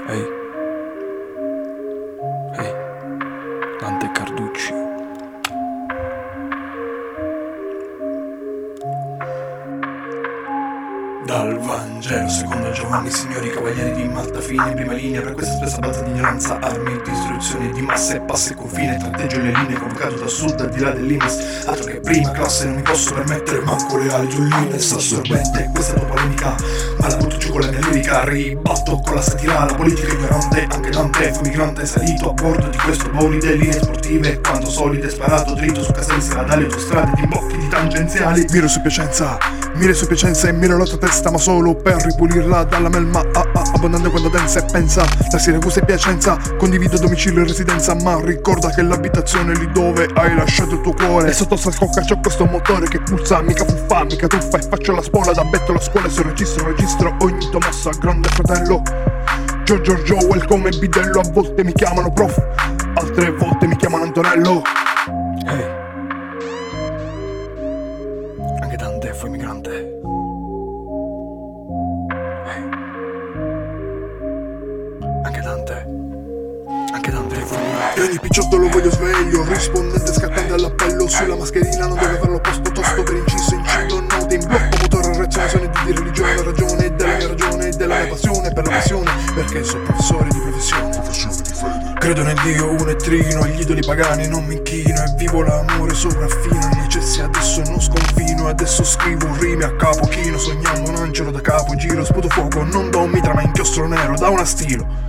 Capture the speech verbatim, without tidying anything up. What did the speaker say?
Ehi, ehi, Dante Carducci. Dal Vangelo secondo Giovanni, signori cavalieri di Malta fine in prima linea, per questa spessa balza di ignoranza, armi e distruzione di massa e passa e confine, tratteggio le linee convocato da sud al di là dell'Imas, altro che prima classe non mi posso permettere manco le ali giulline, sta assorbente questa tua polemica, ma la butto giù con la mia lirica, ribatto con la satira, la politica ignorante, anche Dante fu migrante salito a bordo di questo bolide, linee sportive quanto solide, sparato dritto su caselli stradali, autostrade di imbocchi di tangenziali, miro su Piacenza, miro su Piacenza e miro la tua testa, ma solo per ripulirla dalla melma ah, ah, abbondante quando densa e pensa da Siracusa e Piacenza, condivido domicilio e residenza, ma ricorda che l'abitazione è lì dove hai lasciato il tuo cuore, e sotto sta scocca c'ho questo motore che pulsa, mica fuffa, mica tuffa, e faccio la spola da bettola a scuola e sul registro registro ogni tua mossa, grande fratello Giorgio Giorgio, welcome e bidello, a volte mi chiamano prof, altre volte mi chiamano Antonello. Ehi, anche Dante fu migrante. Ehi, anche Dante, anche Dante fu migrante. E ogni picciotto lo voglio sveglio, rispondente scattante all'appello, sulla mascherina non deve averlo posto tosto per inciso incido, note in blocco, motore a reazione di religione, la ragione della mia ragione, della mia passione per la passione, perché sono professore di professione, professione di fede. Credo nel Dio uno e trino, agli idoli pagani non mi inchino, e vivo l'amore sopraffino, necessi adesso non sconfino, adesso scrivo rime a capo chino, sognando un angelo da capo, giro, sputo fuoco, non da un mitra ma inchiostro nero, da una stilo.